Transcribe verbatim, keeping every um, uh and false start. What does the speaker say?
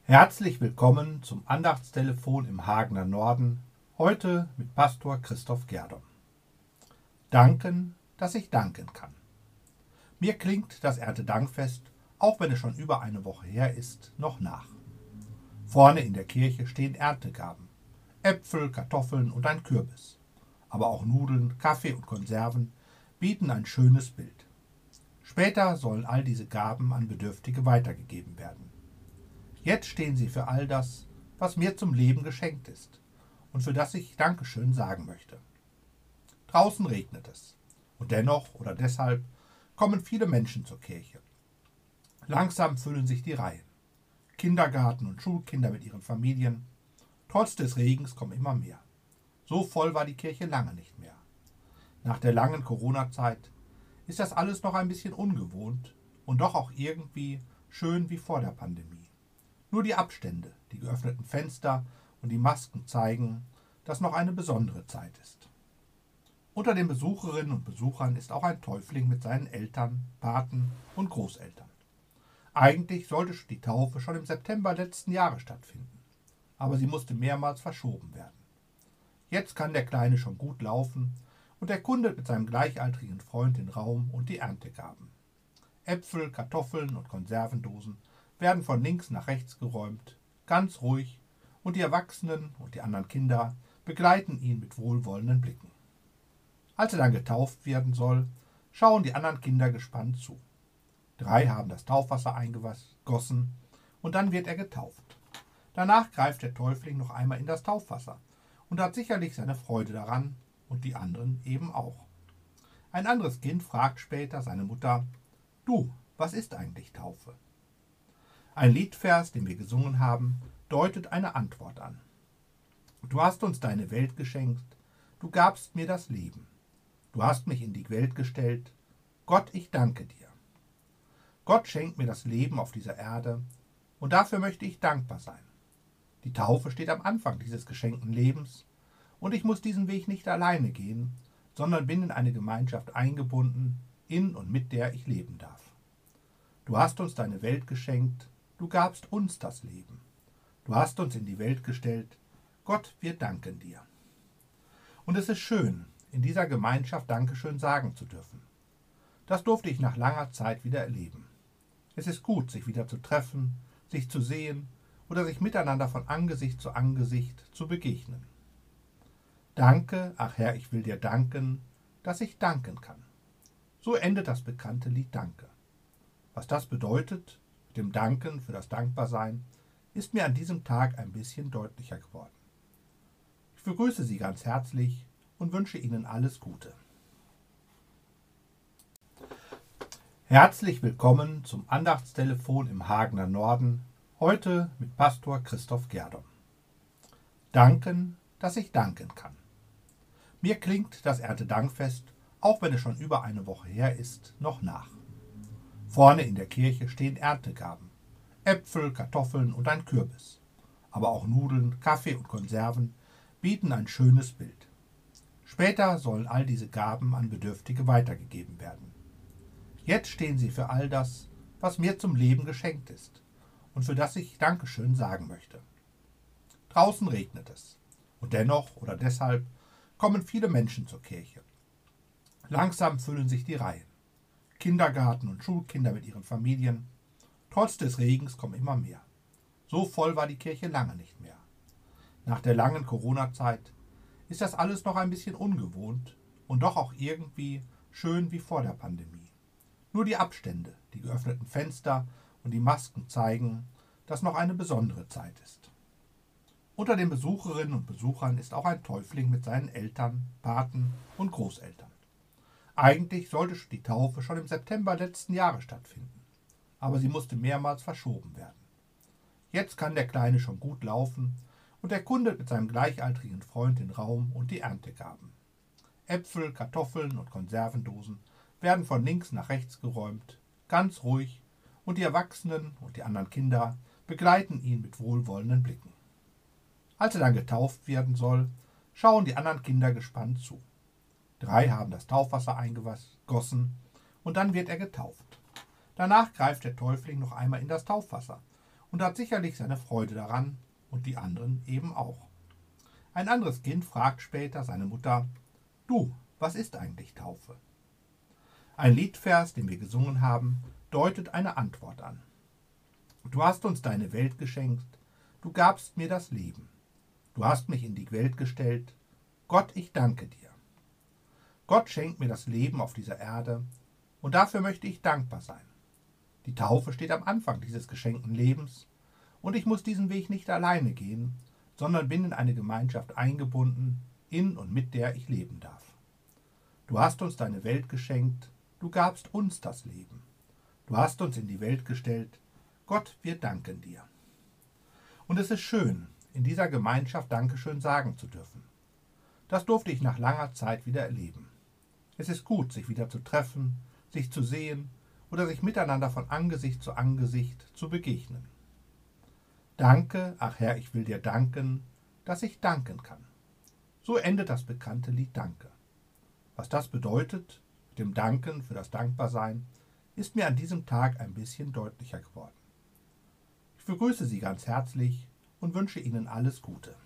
Herzlich willkommen zum Andachtstelefon im Hagener Norden, heute mit Pastor Christoph Gerdon. Danken, dass ich danken kann. Mir klingt das Erntedankfest, auch wenn es schon über eine Woche her ist, noch nach. Vorne in der Kirche stehen Erntegaben, Äpfel, Kartoffeln und ein Kürbis. Aber auch Nudeln, Kaffee und Konserven bieten ein schönes Bild. Später sollen all diese Gaben an Bedürftige weitergegeben werden. Jetzt stehen sie für all das, was mir zum Leben geschenkt ist und für das ich Dankeschön sagen möchte. Draußen regnet es und dennoch oder deshalb kommen viele Menschen zur Kirche. Langsam füllen sich die Reihen. Kindergarten- und Schulkinder mit ihren Familien. Trotz des Regens kommen immer mehr. So voll war die Kirche lange nicht mehr. Nach der langen Corona-Zeit ist das alles noch ein bisschen ungewohnt und doch auch irgendwie schön wie vor der Pandemie. Nur die Abstände, die geöffneten Fenster und die Masken zeigen, dass noch eine besondere Zeit ist. Unter den Besucherinnen und Besuchern ist auch ein Täufling mit seinen Eltern, Paten und Großeltern. Eigentlich sollte die Taufe schon im September letzten Jahres stattfinden, aber sie musste mehrmals verschoben werden. Jetzt kann der Kleine schon gut laufen und erkundet mit seinem gleichaltrigen Freund den Raum und die Erntegaben. Äpfel, Kartoffeln und Konservendosen werden von links nach rechts geräumt, ganz ruhig, und die Erwachsenen und die anderen Kinder begleiten ihn mit wohlwollenden Blicken. Als er dann getauft werden soll, schauen die anderen Kinder gespannt zu. Drei haben das Taufwasser eingegossen und dann wird er getauft. Danach greift der Täufling noch einmal in das Taufwasser und hat sicherlich seine Freude daran und die anderen eben auch. Ein anderes Kind fragt später seine Mutter: Du, was ist eigentlich Taufe? Ein Liedvers, den wir gesungen haben, deutet eine Antwort an. Du hast uns deine Welt geschenkt, du gabst mir das Leben. Du hast mich in die Welt gestellt. Gott, ich danke dir. Gott schenkt mir das Leben auf dieser Erde und dafür möchte ich dankbar sein. Die Taufe steht am Anfang dieses geschenkten Lebens und ich muss diesen Weg nicht alleine gehen, sondern bin in eine Gemeinschaft eingebunden, in und mit der ich leben darf. Du hast uns deine Welt geschenkt, du gabst uns das Leben. Du hast uns in die Welt gestellt. Gott, wir danken dir. Und es ist schön, in dieser Gemeinschaft Dankeschön sagen zu dürfen. Das durfte ich nach langer Zeit wieder erleben. Es ist gut, sich wieder zu treffen, sich zu sehen oder sich miteinander von Angesicht zu Angesicht zu begegnen. Danke, ach Herr, ich will dir danken, dass ich danken kann. So endet das bekannte Lied Danke. Was das bedeutet, mit dem Danken für das Dankbarsein, ist mir an diesem Tag ein bisschen deutlicher geworden. Ich begrüße Sie ganz herzlich und wünsche Ihnen alles Gute. Herzlich willkommen zum Andachtstelefon im Hagener Norden, heute mit Pastor Christoph Gerdon. Danken, dass ich danken kann. Mir klingt das Erntedankfest, auch wenn es schon über eine Woche her ist, noch nach. Vorne in der Kirche stehen Erntegaben, Äpfel, Kartoffeln und ein Kürbis. Aber auch Nudeln, Kaffee und Konserven bieten ein schönes Bild. Später sollen all diese Gaben an Bedürftige weitergegeben werden. Jetzt stehen sie für all das, was mir zum Leben geschenkt ist und für das ich Dankeschön sagen möchte. Draußen regnet es und dennoch oder deshalb kommen viele Menschen zur Kirche. Langsam füllen sich die Reihen. Kindergarten- und Schulkinder mit ihren Familien. Trotz des Regens kommen immer mehr. So voll war die Kirche lange nicht mehr. Nach der langen Corona-Zeit ist das alles noch ein bisschen ungewohnt und doch auch irgendwie schön wie vor der Pandemie. Nur die Abstände, die geöffneten Fenster und die Masken zeigen, dass noch eine besondere Zeit ist. Unter den Besucherinnen und Besuchern ist auch ein Täufling mit seinen Eltern, Paten und Großeltern. Eigentlich sollte die Taufe schon im September letzten Jahres stattfinden, aber sie musste mehrmals verschoben werden. Jetzt kann der Kleine schon gut laufen und erkundet mit seinem gleichaltrigen Freund den Raum und die Erntegaben. Äpfel, Kartoffeln und Konservendosen werden von links nach rechts geräumt, ganz ruhig, und die Erwachsenen und die anderen Kinder begleiten ihn mit wohlwollenden Blicken. Als er dann getauft werden soll, schauen die anderen Kinder gespannt zu. Drei haben das Taufwasser eingegossen und dann wird er getauft. Danach greift der Täufling noch einmal in das Taufwasser und hat sicherlich seine Freude daran und die anderen eben auch. Ein anderes Kind fragt später seine Mutter: Du, was ist eigentlich Taufe? Ein Liedvers, den wir gesungen haben, deutet eine Antwort an. Du hast uns deine Welt geschenkt, du gabst mir das Leben. Du hast mich in die Welt gestellt. Gott, ich danke dir. Gott schenkt mir das Leben auf dieser Erde und dafür möchte ich dankbar sein. Die Taufe steht am Anfang dieses geschenkten Lebens und ich muss diesen Weg nicht alleine gehen, sondern bin in eine Gemeinschaft eingebunden, in und mit der ich leben darf. Du hast uns deine Welt geschenkt, du gabst uns das Leben. Du hast uns in die Welt gestellt. Gott, wir danken dir. Und es ist schön, in dieser Gemeinschaft Dankeschön sagen zu dürfen. Das durfte ich nach langer Zeit wieder erleben. Es ist gut, sich wieder zu treffen, sich zu sehen oder sich miteinander von Angesicht zu Angesicht zu begegnen. Danke, ach Herr, ich will dir danken, dass ich danken kann. So endet das bekannte Lied Danke. Was das bedeutet, mit dem Danken für das Dankbarsein, ist mir an diesem Tag ein bisschen deutlicher geworden. Ich begrüße Sie ganz herzlich und wünsche Ihnen alles Gute.